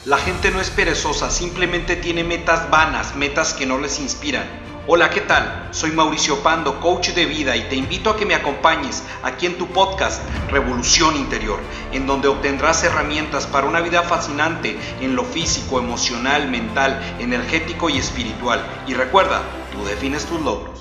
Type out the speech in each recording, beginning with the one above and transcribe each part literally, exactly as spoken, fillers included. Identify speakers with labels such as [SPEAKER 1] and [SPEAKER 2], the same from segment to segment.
[SPEAKER 1] La gente no es perezosa, simplemente tiene metas vanas, metas que no les inspiran. Hola, ¿qué tal? Soy Mauricio Pando, coach de vida, y te invito a que me acompañes aquí en tu podcast Revolución Interior, en donde obtendrás herramientas para una vida fascinante en lo físico, emocional, mental, energético y espiritual. Y recuerda, tú defines tus logros.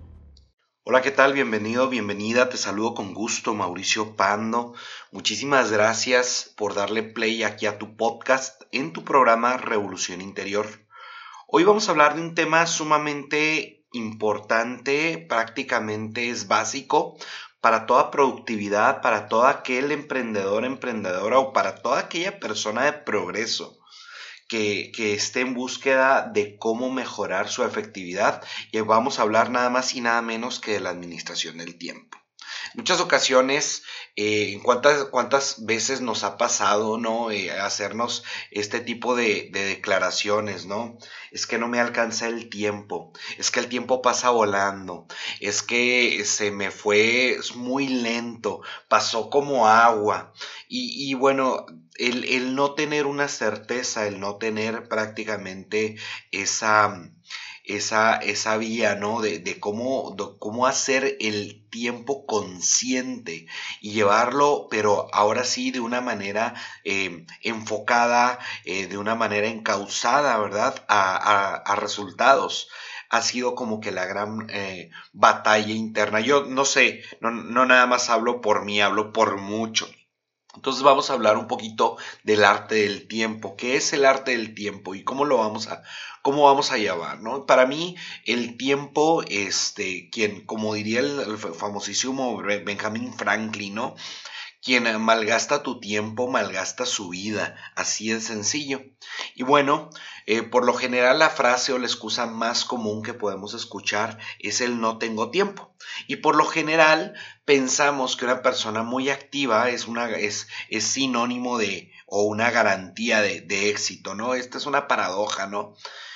[SPEAKER 1] Hola, ¿qué tal? Bienvenido, bienvenida. Te saludo con gusto, Mauricio Pando. Muchísimas gracias por darle play aquí a tu podcast en tu programa Revolución Interior. Hoy vamos a hablar de un tema sumamente importante, prácticamente es básico para toda productividad, para todo aquel emprendedor, emprendedora o para toda aquella persona de progreso que, que esté en búsqueda de cómo mejorar su efectividad. Y vamos a hablar nada más y nada menos que de la administración del tiempo. En muchas ocasiones, eh, ¿cuántas, cuántas veces nos ha pasado, ¿no? Eh, hacernos este tipo de, de declaraciones, ¿no? Es que no me alcanza el tiempo, es que el tiempo pasa volando, es que se me fue muy lento, pasó como agua. Y, y bueno, el, el no tener una certeza, el no tener prácticamente esa... Esa, esa vía, ¿no? De, de, cómo, de cómo hacer el tiempo consciente y llevarlo, pero ahora sí de una manera eh, enfocada, eh, de una manera encauzada, ¿verdad? A, a, a resultados. Ha sido como que la gran eh, batalla interna. Yo no sé, no, no nada más hablo por mí, hablo por muchos. Entonces vamos a hablar un poquito del arte del tiempo. ¿Qué es el arte del tiempo y cómo lo vamos a, cómo vamos a llevar, ¿no? Para mí, el tiempo, este, quien, como diría el, el famosísimo Benjamin Franklin, ¿no? Quien malgasta tu tiempo, malgasta su vida, así de sencillo. Y bueno, eh, por lo general la frase o la excusa más común que podemos escuchar es el no tengo tiempo. Y por lo general pensamos que una persona muy activa es, una, es, es sinónimo de o una garantía de, de éxito, ¿no? Esta es una paradoja, ¿no?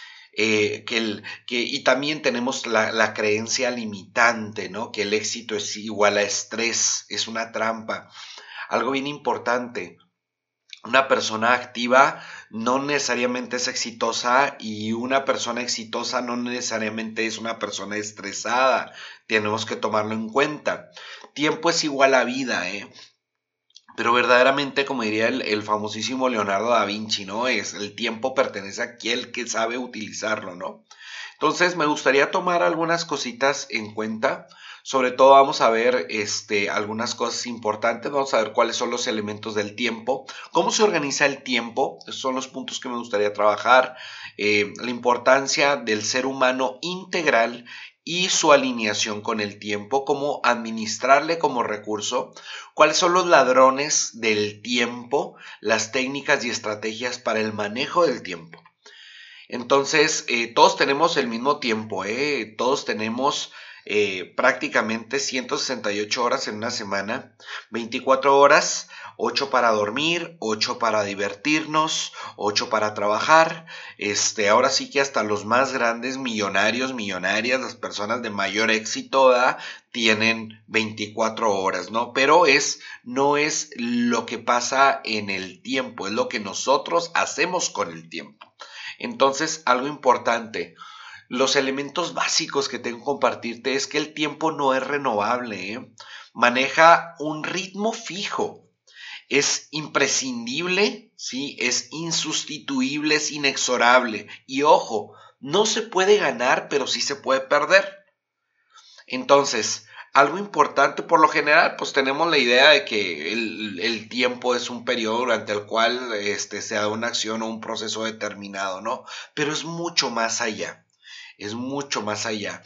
[SPEAKER 1] Eh, que el, que, y también tenemos la, la creencia limitante, ¿no? Que el éxito es igual a estrés, es una trampa. Algo bien importante, una persona activa no necesariamente es exitosa y una persona exitosa no necesariamente es una persona estresada. Tenemos que tomarlo en cuenta. Tiempo es igual a vida, ¿eh? Pero verdaderamente, como diría el, el famosísimo Leonardo da Vinci, ¿no? Es el tiempo pertenece a aquel que sabe utilizarlo, ¿no? Entonces me gustaría tomar algunas cositas en cuenta. Sobre todo vamos a ver este, algunas cosas importantes, vamos a ver cuáles son los elementos del tiempo, cómo se organiza el tiempo, esos son los puntos que me gustaría trabajar, eh, la importancia del ser humano integral y su alineación con el tiempo, cómo administrarle como recurso, cuáles son los ladrones del tiempo, las técnicas y estrategias para el manejo del tiempo. Entonces, eh, todos tenemos el mismo tiempo, ¿eh? Todos tenemos eh, prácticamente ciento sesenta y ocho horas en una semana, veinticuatro horas, ocho para dormir, ocho para divertirnos, ocho para trabajar. Este, ahora sí que hasta los más grandes millonarios, millonarias, las personas de mayor éxito, ¿verdad? Tienen veinticuatro horas, ¿no? Pero es, no es lo que pasa en el tiempo, es lo que nosotros hacemos con el tiempo. Entonces, algo importante, los elementos básicos que tengo que compartirte es que el tiempo no es renovable, ¿eh? Maneja un ritmo fijo, es imprescindible, ¿sí? Es insustituible, es inexorable. Y ojo, no se puede ganar, pero sí se puede perder. Entonces, algo importante, por lo general, pues tenemos la idea de que el, el tiempo es un periodo durante el cual este, se da una acción o un proceso determinado, ¿no? Pero es mucho más allá, es mucho más allá.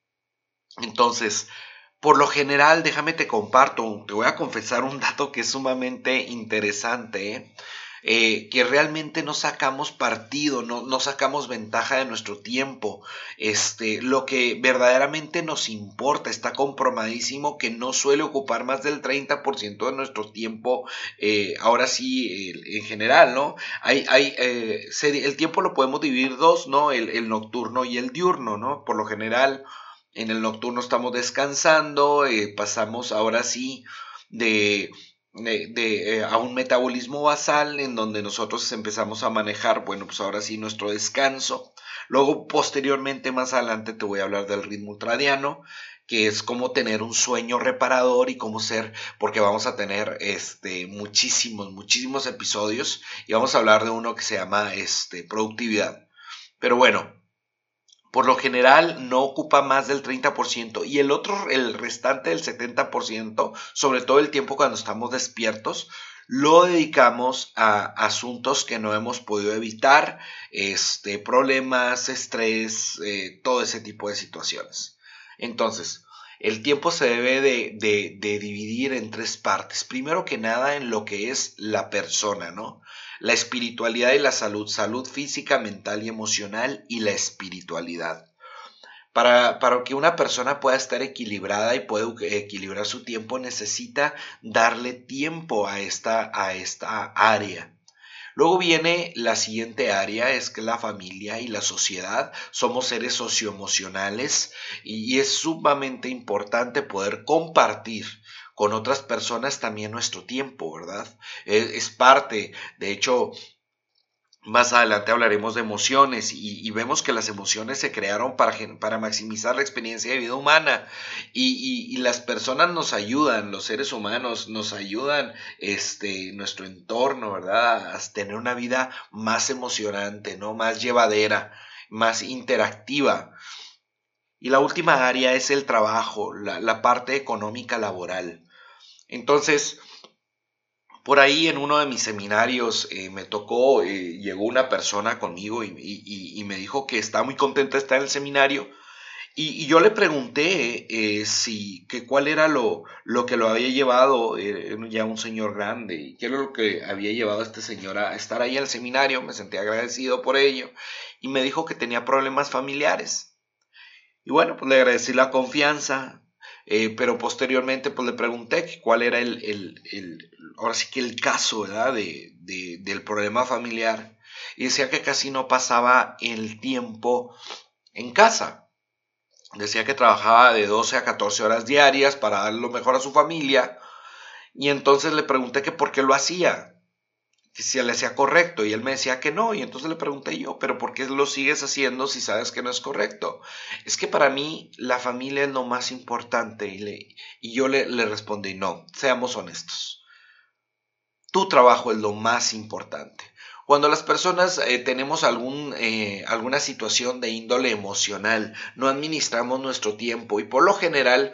[SPEAKER 1] Entonces, por lo general, déjame te comparto, te voy a confesar un dato que es sumamente interesante, ¿eh? Eh, que realmente no sacamos partido, no, no sacamos ventaja de nuestro tiempo. Este, lo que verdaderamente nos importa, está comprobadísimo que no suele ocupar más del treinta por ciento de nuestro tiempo, eh, ahora sí, eh, en general, ¿no? Hay, hay, eh, se, el tiempo lo podemos dividir dos, ¿no? El, el nocturno y el diurno, ¿no? Por lo general, en el nocturno estamos descansando, eh, pasamos ahora sí de de, de, eh, a un metabolismo basal en donde nosotros empezamos a manejar, bueno, pues ahora sí nuestro descanso. Luego, posteriormente, más adelante te voy a hablar del ritmo ultradiano, que es cómo tener un sueño reparador y cómo ser, porque vamos a tener este, muchísimos, muchísimos episodios y vamos a hablar de uno que se llama este, productividad. Pero bueno, por lo general no ocupa más del treinta por ciento y el otro, el restante del setenta por ciento, sobre todo el tiempo cuando estamos despiertos, lo dedicamos a asuntos que no hemos podido evitar, este, problemas, estrés, eh, todo ese tipo de situaciones. Entonces, el tiempo se debe de, de, de dividir en tres partes. Primero que nada en lo que es la persona, ¿no? La espiritualidad y la salud, salud física, mental y emocional y la espiritualidad. Para, para que una persona pueda estar equilibrada y pueda equilibrar su tiempo, necesita darle tiempo a esta, a esta área. Luego viene la siguiente área, es que la familia y la sociedad, somos seres socioemocionales y, y es sumamente importante poder compartir con otras personas también nuestro tiempo, ¿verdad? Es, es parte, de hecho, más adelante hablaremos de emociones y, y vemos que las emociones se crearon para, para maximizar la experiencia de vida humana y, y, y las personas nos ayudan, los seres humanos nos ayudan, este, nuestro entorno, ¿verdad? A tener una vida más emocionante, ¿no? Más llevadera, más interactiva. Y la última área es el trabajo, la, la parte económica laboral. Entonces, por ahí en uno de mis seminarios eh, me tocó, eh, llegó una persona conmigo y, y, y, me dijo que está muy contenta de estar en el seminario y, y yo le pregunté eh, si, que cuál era lo, lo que lo había llevado, eh, ya un señor grande, y qué era lo que había llevado a este señor a estar ahí en el seminario. Me sentí agradecido por ello y me dijo que tenía problemas familiares. Y bueno, pues le agradecí la confianza. Eh, pero posteriormente pues le pregunté cuál era el, el, el, ahora sí que el caso, ¿verdad? De, de, del problema familiar y decía que casi no pasaba el tiempo en casa. Decía que trabajaba de doce a catorce horas diarias para dar lo mejor a su familia y entonces le pregunté que por qué lo hacía, que si le hacía correcto y él me decía que no y entonces le pregunté yo, pero ¿por qué lo sigues haciendo si sabes que no es correcto? Es que para mí la familia es lo más importante y, le, y yo le, le respondí no, seamos honestos, tu trabajo es lo más importante. Cuando las personas eh, tenemos algún, eh, alguna situación de índole emocional, no administramos nuestro tiempo y por lo general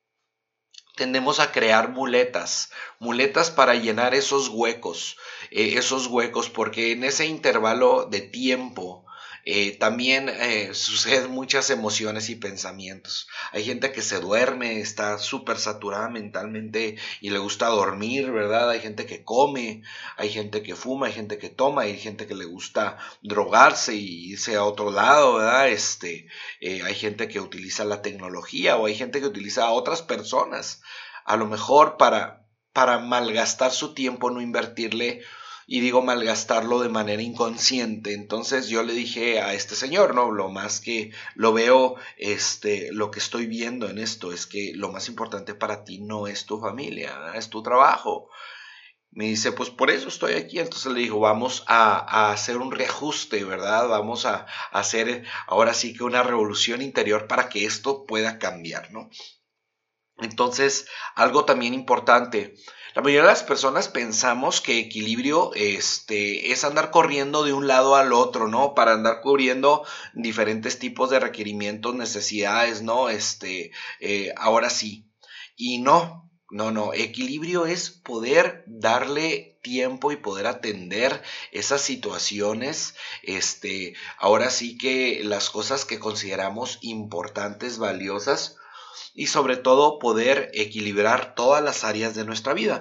[SPEAKER 1] tendemos a crear muletas, muletas para llenar esos huecos, eh, esos huecos, porque en ese intervalo de tiempo eh, también eh, suceden muchas emociones y pensamientos. Hay gente que se duerme, está súper saturada mentalmente y le gusta dormir, ¿verdad? Hay gente que come, hay gente que fuma, hay gente que toma, hay gente que le gusta drogarse y irse a otro lado, ¿verdad? Este, eh, hay gente que utiliza la tecnología o hay gente que utiliza a otras personas, a lo mejor para, para malgastar su tiempo, no invertirle. Y digo malgastarlo de manera inconsciente. Entonces yo le dije a este señor, no, lo más que lo veo, este, lo que estoy viendo en esto es que lo más importante para ti no es tu familia, es tu trabajo. Me dice, pues por eso estoy aquí. Entonces le digo, vamos a, a hacer un reajuste, ¿verdad? Vamos a, a hacer ahora sí que una revolución interior para que esto pueda cambiar, ¿no? Entonces, algo también importante, la mayoría de las personas pensamos que equilibrio este, es andar corriendo de un lado al otro, ¿no? Para andar cubriendo diferentes tipos de requerimientos, necesidades, ¿no? Este, eh, ahora sí. Y no, no, no. Equilibrio es poder darle tiempo y poder atender esas situaciones, este, ahora sí que las cosas que consideramos importantes, valiosas, y sobre todo poder equilibrar todas las áreas de nuestra vida.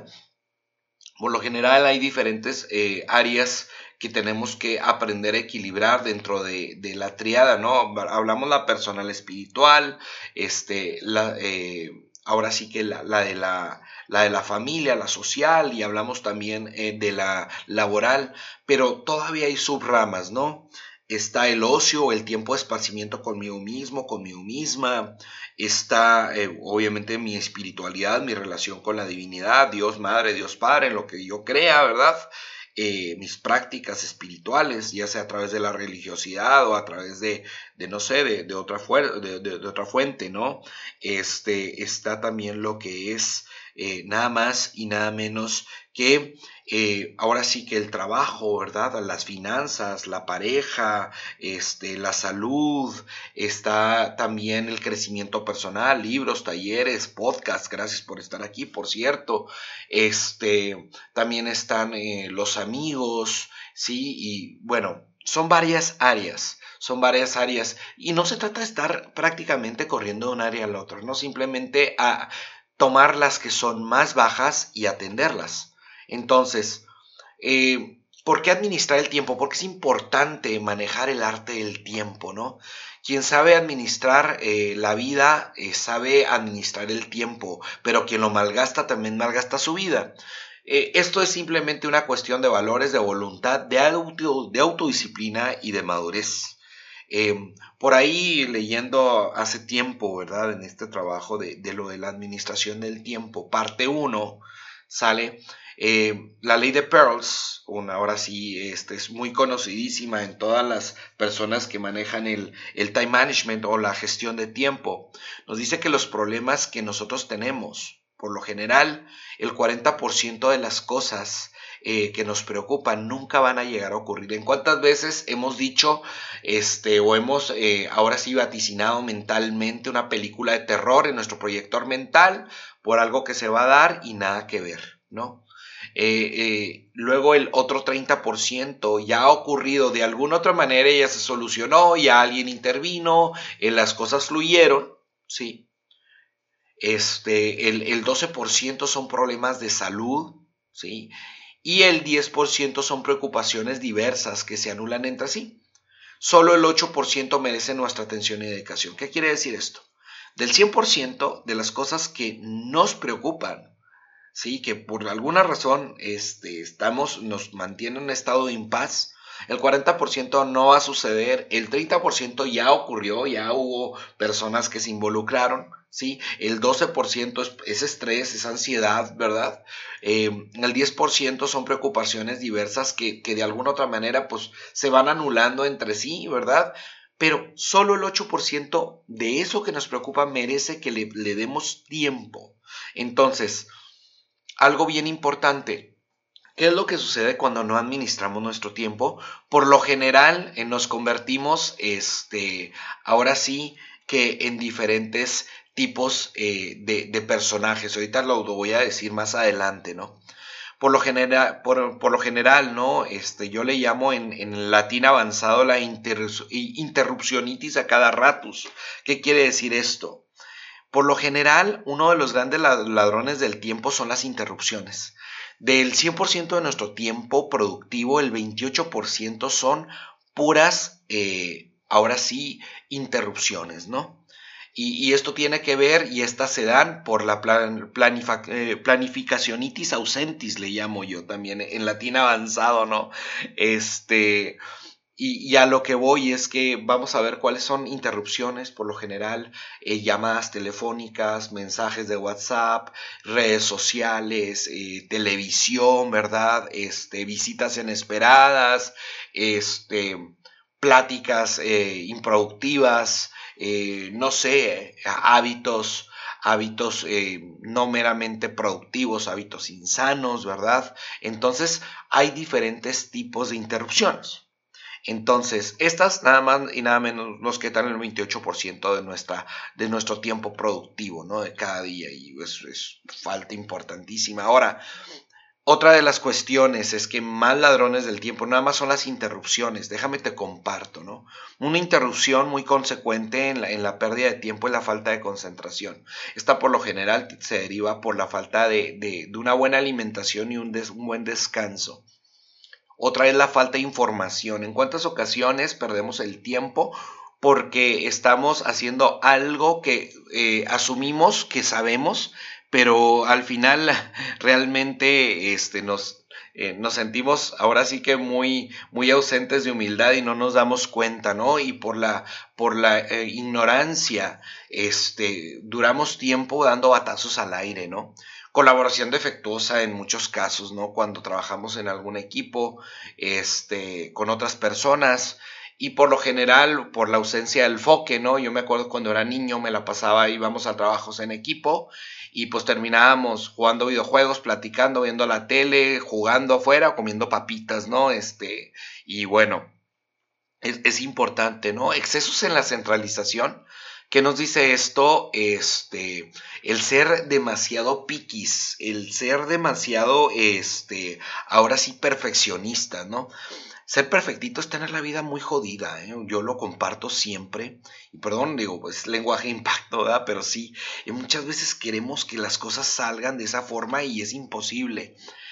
[SPEAKER 1] Por lo general hay diferentes eh, áreas que tenemos que aprender a equilibrar dentro de, de la triada, ¿no? Hablamos la personal espiritual, este, la, eh, ahora sí que la, la, de la, la de la familia, la social, y hablamos también eh, de la laboral, pero todavía hay subramas, ¿no? está el ocio, el tiempo de esparcimiento conmigo mismo, conmigo misma, está eh, obviamente mi espiritualidad, mi relación con la divinidad, Dios Madre, Dios Padre, en lo que yo crea, ¿verdad? Eh, mis prácticas espirituales, ya sea a través de la religiosidad o a través de, de no sé, de, de, otra de, de, de otra fuente, ¿no? Este, está también lo que es eh, nada más y nada menos que eh, ahora sí que el trabajo, ¿verdad? Las finanzas, la pareja, este, la salud, está también el crecimiento personal, libros, talleres, podcasts, gracias por estar aquí, por cierto, este, también están eh, los amigos, ¿sí? Y bueno, son varias áreas. Son varias áreas y no se trata de estar prácticamente corriendo de un área al otro, no simplemente a tomar las que son más bajas y atenderlas. Entonces, eh, ¿por qué administrar el tiempo? Porque es importante manejar el arte del tiempo, ¿no? Quien sabe administrar eh, la vida, eh, sabe administrar el tiempo, pero quien lo malgasta también malgasta su vida. Eh, esto es simplemente una cuestión de valores, de voluntad, de, auto, de autodisciplina y de madurez. Eh, por ahí leyendo hace tiempo, ¿verdad? En este trabajo de, de lo de la administración del tiempo, parte uno, sale eh, la ley de Pearls, una, ahora sí, este, es muy conocidísima en todas las personas que manejan el, el time management o la gestión de tiempo. Nos dice que los problemas que nosotros tenemos, por lo general, el cuarenta por ciento de las cosas Eh, que nos preocupan nunca van a llegar a ocurrir. ¿En cuántas veces hemos dicho este, o hemos eh, ahora sí vaticinado mentalmente una película de terror en nuestro proyector mental por algo que se va a dar y nada que ver, ¿no? Eh, eh, luego el otro treinta por ciento ya ha ocurrido de alguna otra manera, ya se solucionó, ya alguien intervino, eh, las cosas fluyeron, ¿sí? Este, el, el doce por ciento son problemas de salud, ¿sí? Y el diez por ciento son preocupaciones diversas que se anulan entre sí. Solo el ocho por ciento merece nuestra atención y dedicación. ¿Qué quiere decir esto? Del cien por ciento de las cosas que nos preocupan, ¿sí? Que por alguna razón este, estamos, nos mantiene en un estado de impas, el cuarenta por ciento no va a suceder, el treinta por ciento ya ocurrió, ya hubo personas que se involucraron, ¿sí? El doce por ciento es, es estrés, es ansiedad, ¿verdad? Eh, el diez por ciento son preocupaciones diversas que, que de alguna otra manera pues se van anulando entre sí, ¿verdad? Pero solo el ocho por ciento de eso que nos preocupa merece que le, le demos tiempo. Entonces, algo bien importante. ¿Qué es lo que sucede cuando no administramos nuestro tiempo? Por lo general eh, nos convertimos, este, ahora sí, que en diferentes tipos eh, de, de personajes. Ahorita lo, lo voy a decir más adelante, ¿no? Por lo general, por, por lo general, ¿no? Este, yo le llamo en, en latín avanzado la inter, interrupcionitis a cada ratus. ¿Qué quiere decir esto? Por lo general, uno de los grandes ladrones del tiempo son las interrupciones. Del cien por ciento de nuestro tiempo productivo, el veintiocho por ciento son puras, eh, ahora sí, interrupciones, ¿no? Y, y esto tiene que ver, y estas se dan por la plan, planifa, eh, planificacionitis ausentis, le llamo yo también, en latín avanzado, ¿no? Este... Y, y a lo que voy es que vamos a ver cuáles son interrupciones, por lo general, eh, llamadas telefónicas, mensajes de WhatsApp, redes sociales, eh, televisión, ¿verdad? Este, visitas inesperadas, este, pláticas eh, improductivas, eh, no sé, hábitos, hábitos eh, no meramente productivos, hábitos insanos, ¿verdad? Entonces, hay diferentes tipos de interrupciones. Entonces, estas nada más y nada menos nos quitan el veintiocho por ciento de, nuestra, de nuestro tiempo productivo, ¿no? De cada día, y es, es falta importantísima. Ahora, otra de las cuestiones es que más ladrones del tiempo nada más son las interrupciones. Déjame te comparto, ¿no? Una interrupción muy consecuente en la, en la pérdida de tiempo es la falta de concentración. Esta por lo general se deriva por la falta de, de, de una buena alimentación y un, des, un buen descanso. Otra es la falta de información. ¿En cuántas ocasiones perdemos el tiempo porque estamos haciendo algo que eh, asumimos que sabemos, pero al final realmente este, nos,
[SPEAKER 2] eh, nos sentimos ahora sí que muy, muy ausentes de humildad y no nos damos cuenta, ¿no? Y por la, por la eh, ignorancia, este, duramos tiempo dando batazos al aire, ¿no? Colaboración defectuosa en muchos casos, ¿no? Cuando trabajamos en algún equipo, este, con otras personas, y por lo general, por la ausencia del enfoque, ¿no? Yo me acuerdo cuando era niño, me la pasaba, íbamos a trabajos en equipo y pues terminábamos jugando videojuegos, platicando, viendo la tele, jugando afuera, comiendo papitas, ¿no? Este, y bueno, es, es importante, ¿no? Excesos en la centralización. ¿Qué nos dice esto? Este, el ser demasiado piquis, el ser demasiado, este, ahora sí perfeccionista, ¿no? Ser perfectito es tener la vida muy jodida, ¿eh? Yo lo comparto siempre. Y perdón, digo, pues lenguaje de impacto, ¿verdad? Pero sí, y muchas veces queremos que las cosas salgan de esa forma y es imposible.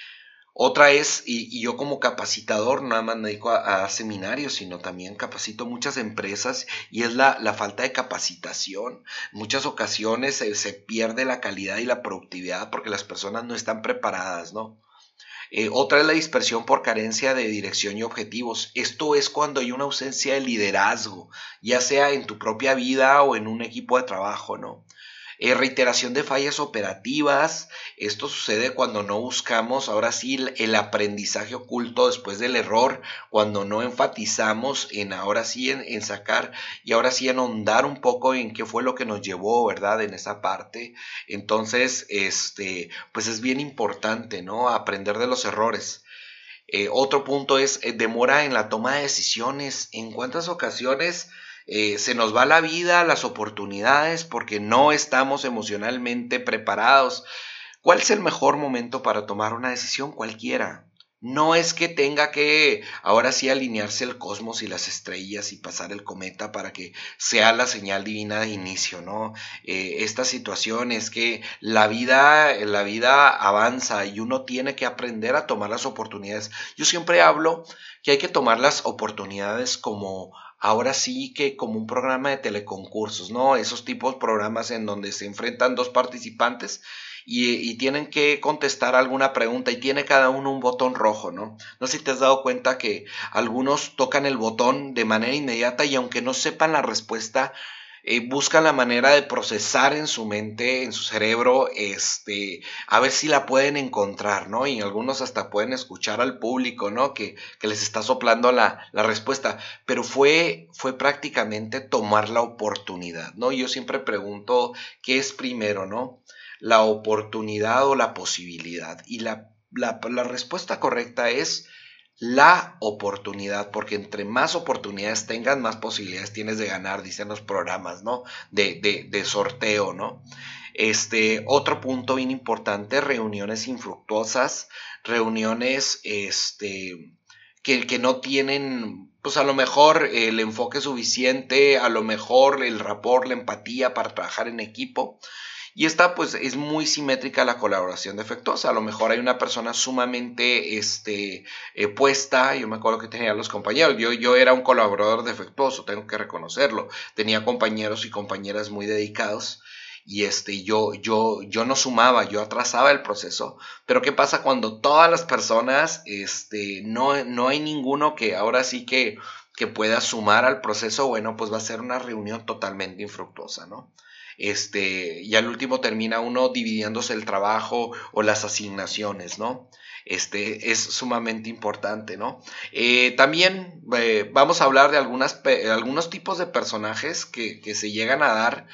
[SPEAKER 2] Otra es, y, y yo como capacitador, no nada más me dedico a, a seminarios, sino también capacito muchas empresas, y es la, la falta de capacitación. En muchas ocasiones se, se pierde la calidad y la productividad porque las personas no están preparadas, ¿no? Eh, otra es la dispersión por carencia de dirección y objetivos. Esto es cuando hay una ausencia de liderazgo, ya sea en tu propia vida o en un equipo de trabajo, ¿no? Eh, reiteración de fallas operativas. Esto sucede cuando no buscamos, ahora sí, el, el aprendizaje oculto después del error, cuando no enfatizamos en, ahora sí, en, en sacar y ahora sí en ahondar un poco en qué fue lo que nos llevó, ¿verdad? En esa parte. Entonces, este, pues es bien importante, ¿no? Aprender de los errores. Eh, otro punto es eh, demora en la toma de decisiones. ¿En cuántas ocasiones eh, se nos va la vida, las oportunidades, porque no estamos emocionalmente preparados? ¿Cuál es el mejor momento para tomar una decisión? Cualquiera. No es que tenga que ahora sí alinearse el cosmos y las estrellas y pasar el cometa para que sea la señal divina de inicio, ¿no? Eh, esta situación es que la vida, la vida avanza y uno tiene que aprender a tomar las oportunidades. Yo siempre hablo que hay que tomar las oportunidades como ahora sí que como un programa de teleconcursos, ¿no? Esos tipos de programas en donde se enfrentan dos participantes y, y tienen que contestar alguna pregunta y tiene cada uno un botón rojo, ¿no? No sé si te has dado cuenta que algunos tocan el botón de manera inmediata y aunque no sepan la respuesta, eh, buscan la manera de procesar en su mente, en su cerebro, este, a ver si la pueden encontrar, ¿no? Y algunos hasta pueden escuchar al público, ¿no? Que, que les está soplando la, la respuesta, pero fue, fue prácticamente tomar la oportunidad, ¿no? Yo siempre pregunto, ¿qué es primero, no? La oportunidad o la posibilidad. Y la, la, la respuesta correcta es la oportunidad, porque entre más oportunidades tengas, más posibilidades tienes de ganar, dicen los programas, ¿no? De, de, de sorteo, ¿no? Este, otro punto bien importante, reuniones infructuosas, reuniones, este, que, que no tienen, pues a lo mejor el enfoque suficiente, a lo mejor el rapport, la empatía para trabajar en equipo. Y esta pues es muy simétrica a la colaboración defectuosa. A lo mejor hay una persona sumamente este, eh, puesta. Yo me acuerdo que tenía los compañeros. Yo, yo era un colaborador defectuoso, tengo que reconocerlo. Tenía compañeros y compañeras muy dedicados. Y este, yo, yo, yo no sumaba, yo atrasaba el proceso. Pero ¿qué pasa cuando todas las personas, este, no, no hay ninguno que ahora sí que, que pueda sumar al proceso? Bueno, pues va a ser una reunión totalmente infructuosa, ¿no? Este, y al último termina uno dividiéndose el trabajo o las asignaciones, ¿no? Este, es sumamente importante, ¿no? Eh, también eh, vamos a hablar de algunas, algunos tipos de personajes que, que se llegan a dar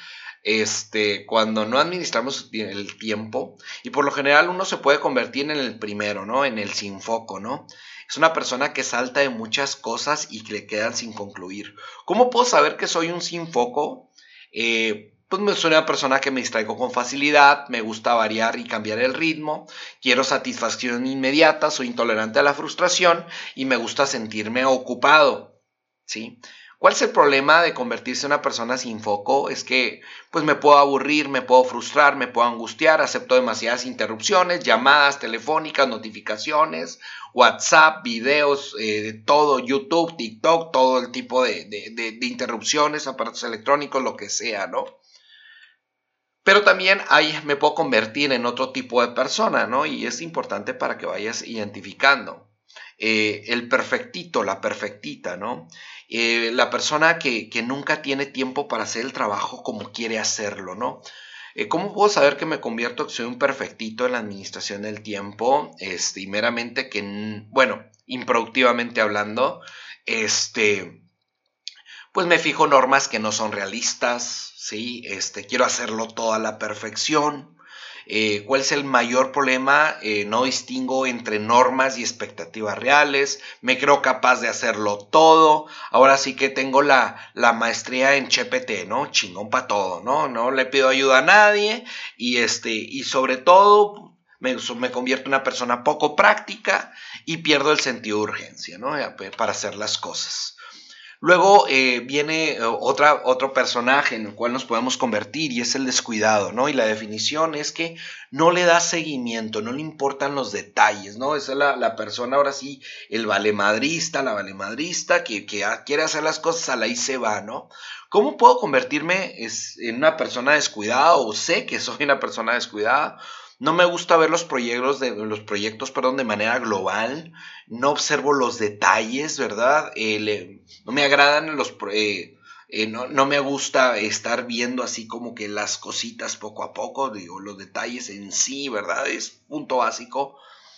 [SPEAKER 2] este, cuando no administramos el tiempo, y por lo general uno se puede convertir en el primero, ¿no? En el sin foco, ¿no? Es una persona que salta de muchas cosas y que le quedan sin concluir. ¿Cómo puedo saber que soy un sin foco? Eh, pues soy una persona que me distraigo con facilidad, me gusta variar y cambiar el ritmo, quiero satisfacción inmediata, soy intolerante a la frustración y me gusta sentirme ocupado, ¿sí? ¿Cuál es el problema de convertirse en una persona sin foco? Es que pues me puedo aburrir, me puedo frustrar, me puedo angustiar, acepto demasiadas interrupciones, llamadas telefónicas, notificaciones, WhatsApp, videos, eh, todo, YouTube, TikTok, todo el tipo de, de, de, de interrupciones, aparatos electrónicos, lo que sea, ¿no? Pero también ahí me puedo convertir en otro tipo de persona, ¿no? Y es importante para que vayas identificando. Eh, el perfectito, la perfectita, ¿no? Eh, la persona que, que nunca tiene tiempo para hacer el trabajo como quiere hacerlo, ¿no? Eh, ¿Cómo puedo saber que me convierto, que soy un perfectito en la administración del tiempo? Este, y meramente que, bueno, improductivamente hablando, este... pues me fijo normas que no son realistas, ¿sí? Este, quiero hacerlo todo a la perfección. Eh, ¿Cuál es el mayor problema? Eh, no distingo entre normas y expectativas reales. Me creo capaz de hacerlo todo. Ahora sí que tengo la, la maestría en G P T, ¿no? Chingón para todo, ¿no? No le pido ayuda a nadie. Y, este, y sobre todo... Me, me convierto en una persona poco práctica y pierdo el sentido de urgencia, ¿no? Para hacer las cosas. Luego eh, viene otra, otro personaje en el cual nos podemos convertir y es el descuidado, ¿no? Y la definición es que no le da seguimiento, no le importan los detalles, ¿no? Esa es la, la persona, ahora sí, el valemadrista, la valemadrista que, que quiere hacer las cosas a la y se va, ¿no? ¿Cómo puedo convertirme en una persona descuidada o sé que soy una persona descuidada? No me gusta ver los proyectos, de, los proyectos perdón, de manera global. No observo los detalles, ¿verdad? Eh, le, no me agradan los... Eh, eh, no, no me gusta estar viendo así como que las cositas poco a poco, digo, los detalles en sí, ¿verdad? Es punto básico.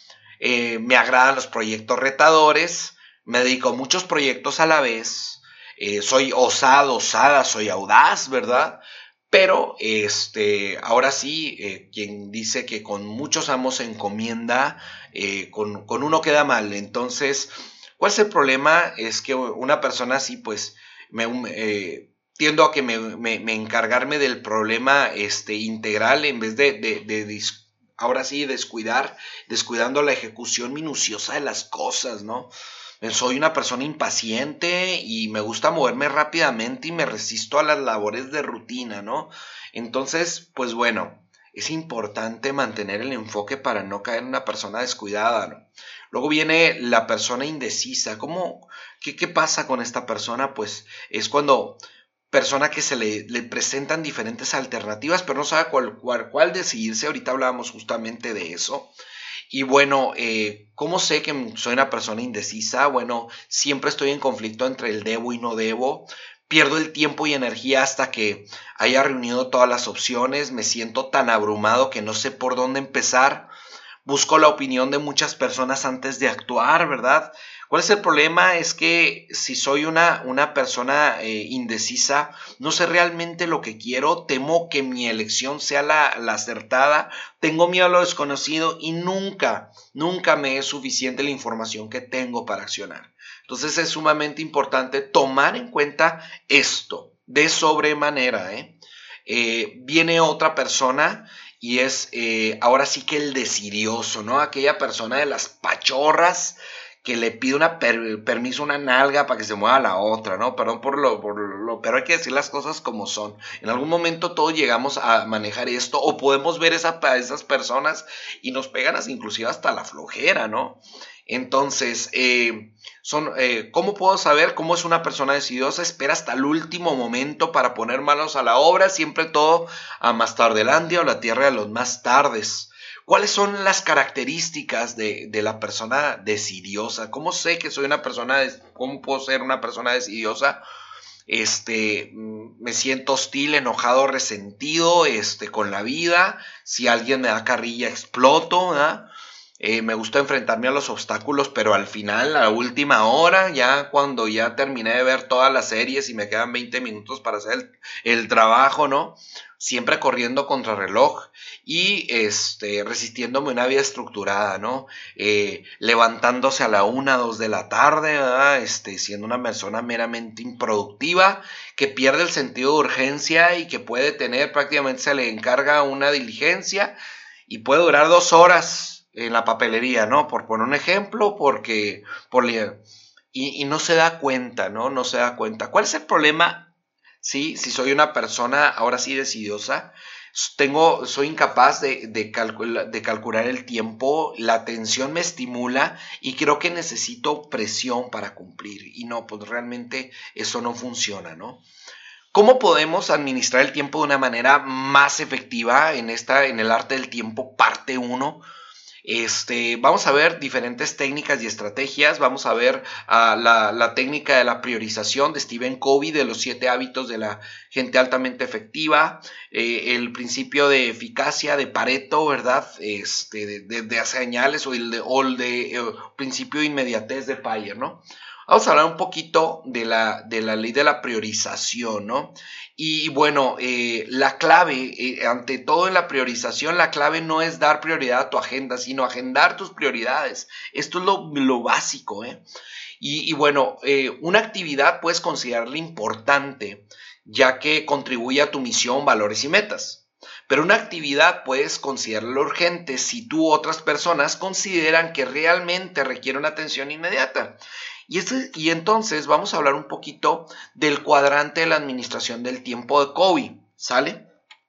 [SPEAKER 2] Eh, me agradan los proyectos retadores. Me dedico a muchos proyectos a la vez. Eh, soy osado, osada, soy audaz, ¿verdad? Pero este, ahora sí, eh, quien dice que con muchos amos se encomienda, eh, con, con uno queda mal. Entonces, ¿cuál es el problema? Es que una persona así, pues, me, eh, tiendo a que me, me, me encargarme del problema este, integral en vez de, de, de, de ahora sí, descuidar, descuidando la ejecución minuciosa de las cosas, ¿no? Soy una persona impaciente y me gusta moverme rápidamente y me resisto a las labores de rutina, ¿no? Entonces, pues bueno, es importante mantener el enfoque para no caer en una persona descuidada, ¿no? Luego viene la persona indecisa. ¿Cómo? ¿Qué, qué pasa con esta persona? Pues es cuando persona que se le, le presentan diferentes alternativas, pero no sabe cuál, cuál, cuál decidirse. Ahorita hablábamos justamente de eso. Y bueno, eh, ¿cómo sé que soy una persona indecisa? Bueno, siempre estoy en conflicto entre el debo y no debo. Pierdo el tiempo y energía hasta que haya reunido todas las opciones. Me siento tan abrumado que no sé por dónde empezar. Busco la opinión de muchas personas antes de actuar, ¿verdad? ¿Cuál es el problema? Es que si soy una, una persona eh, indecisa, no sé realmente lo que quiero, temo que mi elección sea la, la acertada, tengo miedo a lo desconocido y nunca, nunca me es suficiente la información que tengo para accionar. Entonces es sumamente importante tomar en cuenta esto de sobremanera, ¿eh? Eh, viene otra persona y es eh, ahora sí que el decidioso, ¿no? Aquella persona de las pachorras que le pide una per, permiso a una nalga para que se mueva a la otra, ¿no? Perdón por lo, por lo, pero hay que decir las cosas como son. En algún momento todos llegamos a manejar esto o podemos ver esa, a esas personas y nos pegan así, inclusive hasta la flojera, ¿no? Entonces, eh, son, eh, ¿cómo puedo saber cómo es una persona decidiosa? Espera hasta el último momento para poner manos a la obra, siempre todo a más tardelandia o la tierra de los más tardes. ¿Cuáles son las características de, de la persona decidiosa? ¿Cómo sé que soy una persona, cómo puedo ser una persona decidiosa? Este, me siento hostil, enojado, resentido, este, con la vida. Si alguien me da carrilla, exploto, ¿verdad? Eh, me gusta enfrentarme a los obstáculos, pero al final, a la última hora, ya cuando ya terminé de ver todas las series y me quedan veinte minutos para hacer el, el trabajo, ¿no? Siempre corriendo contra reloj y este, resistiéndome a una vida estructurada, ¿no? Eh, levantándose a la una, dos de la tarde, ¿verdad? Este, siendo una persona meramente improductiva, que pierde el sentido de urgencia y que puede tener, prácticamente se le encarga una diligencia y puede durar dos horas en la papelería, ¿no? Por poner un ejemplo, porque por, y, y no se da cuenta, ¿no? No se da cuenta. ¿Cuál es el problema? Sí, si soy una persona ahora sí decidiosa, tengo, soy incapaz de, de, calcula, de calcular el tiempo, la atención me estimula y creo que necesito presión para cumplir. Y no, pues realmente eso no funciona, ¿no? ¿Cómo podemos administrar el tiempo de una manera más efectiva en esta, en el arte del tiempo, parte uno? Este, vamos a ver diferentes técnicas y estrategias. Vamos a ver uh, la, la técnica de la priorización de Stephen Covey, de los siete hábitos de la gente altamente efectiva, eh, el principio de eficacia de Pareto, ¿verdad? Este, de, de, de señales o el de, o el de eh, principio de inmediatez de Payer, ¿no? Vamos a hablar un poquito de la, de la ley de la priorización, ¿no? Y bueno, eh, la clave, eh, ante todo en la priorización, la clave no es dar prioridad a tu agenda, sino agendar tus prioridades. Esto es lo, lo básico, ¿eh? Y, y bueno, eh, una actividad puedes considerarla importante, ya que contribuye a tu misión, valores y metas. Pero una actividad puedes considerarla urgente si tú u otras personas consideran que realmente requiere una atención inmediata. Y, este, y entonces vamos a hablar un poquito del cuadrante de la administración del tiempo de Covey, ¿sale?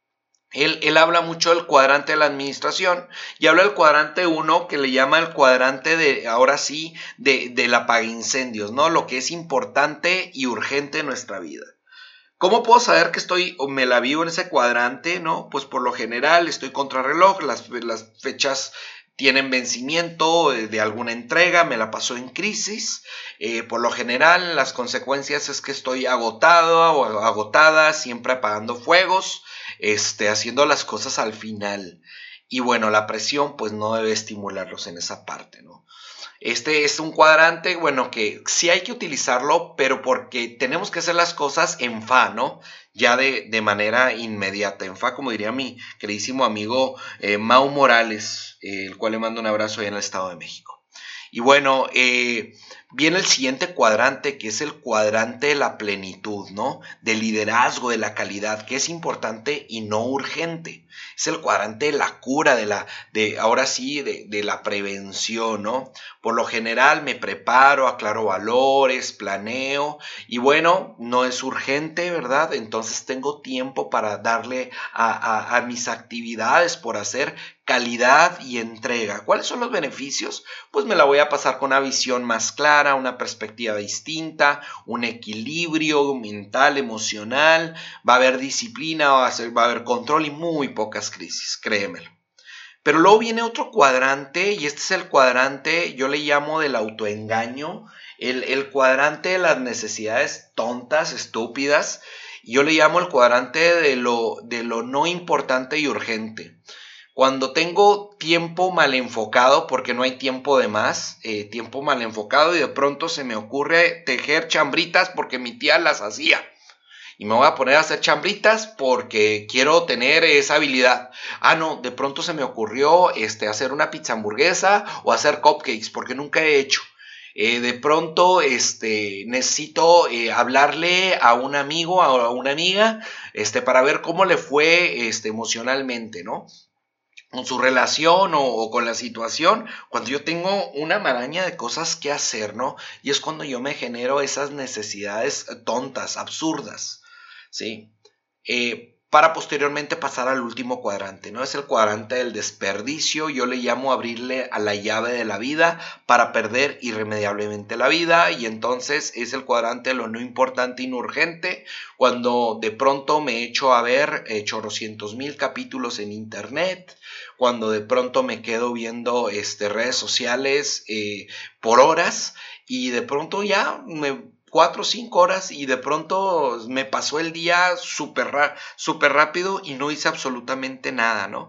[SPEAKER 2] Él, él habla mucho del cuadrante de la administración y habla del cuadrante uno que le llama el cuadrante de, ahora sí, de, del apaguincendios, ¿no? Lo que es importante y urgente en nuestra vida. ¿Cómo puedo saber que estoy o me la vivo en ese cuadrante, no? Pues por lo general estoy contrarreloj, las, las fechas tienen vencimiento de alguna entrega, me la paso en crisis. Eh, por lo general, las consecuencias es que estoy agotado o agotada, siempre apagando fuegos, este, haciendo las cosas al final. Y bueno, la presión pues no debe estimularlos en esa parte, ¿no? Este es un cuadrante, bueno, que sí hay que utilizarlo, pero porque tenemos que hacer las cosas en F A, ¿no? Ya de, de manera inmediata, en F A, como diría mi queridísimo amigo eh, Mau Morales, eh, el cual le mando un abrazo allá en el Estado de México. Y bueno, eh, viene el siguiente cuadrante, que es el cuadrante de la plenitud, ¿no? Del liderazgo, de la calidad, que es importante y no urgente. Es el cuadrante de la cura, de la, de, ahora sí, de, de la prevención, ¿no? Por lo general me preparo, aclaro valores, planeo, y bueno, no es urgente, ¿verdad? Entonces tengo tiempo para darle a, a, a mis actividades por hacer, calidad y entrega. ¿Cuáles son los beneficios? Pues me la voy a pasar con una visión más clara, una perspectiva distinta, un equilibrio mental, emocional, va a haber disciplina, va a, ser, va a haber control y muy pocas crisis, créemelo. Pero luego viene otro cuadrante y este es el cuadrante, yo le llamo del autoengaño, el, el cuadrante de las necesidades tontas, estúpidas, y yo le llamo el cuadrante de lo, de lo no importante y urgente. Cuando tengo tiempo mal enfocado, porque no hay tiempo de más, eh, tiempo mal enfocado y de pronto se me ocurre tejer chambritas porque mi tía las hacía. Y me voy a poner a hacer chambritas porque quiero tener esa habilidad. Ah, no, de pronto se me ocurrió este, hacer una pizza hamburguesa o hacer cupcakes porque nunca he hecho. Eh, de pronto este, necesito eh, hablarle a un amigo, a una amiga, este, para ver cómo le fue este, emocionalmente, ¿no? Con su relación o, o con la situación, cuando yo tengo una maraña de cosas que hacer, ¿no? Y es cuando yo me genero esas necesidades tontas, absurdas, ¿sí? Eh, para posteriormente pasar al último cuadrante, ¿no? Es el cuadrante del desperdicio, yo le llamo abrirle a la llave de la vida para perder irremediablemente la vida, y entonces es el cuadrante de lo no importante y no urgente, cuando de pronto me echo a ver eh, chorrocientos mil capítulos en internet, cuando de pronto me quedo viendo este, redes sociales eh, por horas, y de pronto ya me... cuatro o cinco horas y de pronto me pasó el día súper súper rápido y no hice absolutamente nada, ¿no?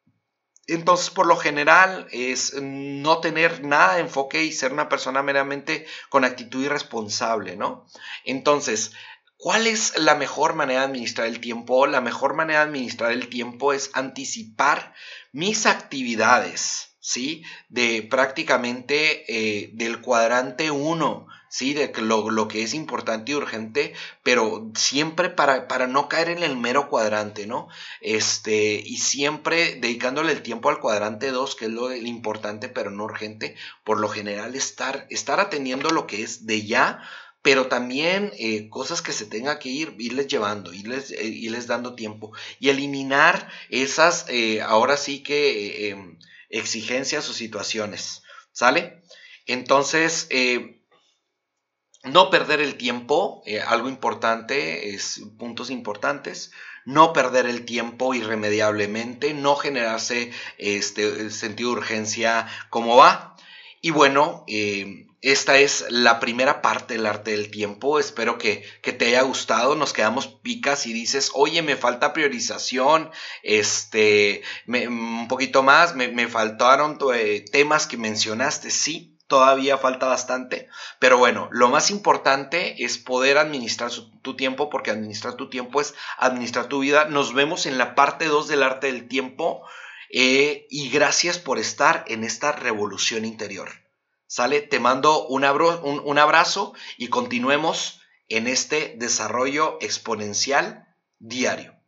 [SPEAKER 2] Entonces, por lo general, es no tener nada de enfoque y ser una persona meramente con actitud irresponsable, ¿no? Entonces, ¿cuál es la mejor manera de administrar el tiempo? La mejor manera de administrar el tiempo es anticipar mis actividades, ¿sí? De prácticamente eh, del cuadrante uno, ¿sí? De lo, lo que es importante y urgente, pero siempre para, para no caer en el mero cuadrante, ¿no? Este, y siempre dedicándole el tiempo al cuadrante dos, que es lo, lo importante pero no urgente, por lo general estar, estar atendiendo lo que es de ya, pero también eh, cosas que se tenga que ir, irles llevando, irles, eh, irles dando tiempo, y eliminar esas, eh, ahora sí que, eh, exigencias o situaciones, ¿sale? Entonces, eh, No perder el tiempo, eh, algo importante, es puntos importantes. No perder el tiempo irremediablemente, no generarse este sentido de urgencia como va. Y bueno, eh, esta es la primera parte del arte del tiempo. Espero que, que te haya gustado. Nos quedamos picas y dices, oye, me falta priorización, este, me, un poquito más, me, me faltaron eh, temas que mencionaste. Sí, todavía falta bastante, pero bueno, lo más importante es poder administrar su, tu tiempo, porque administrar tu tiempo es administrar tu vida. Nos vemos en la parte dos del arte del tiempo. Eh, y gracias por estar en esta revolución interior. ¿Sale? Te mando un, abro, un, un abrazo y continuemos en este desarrollo exponencial diario.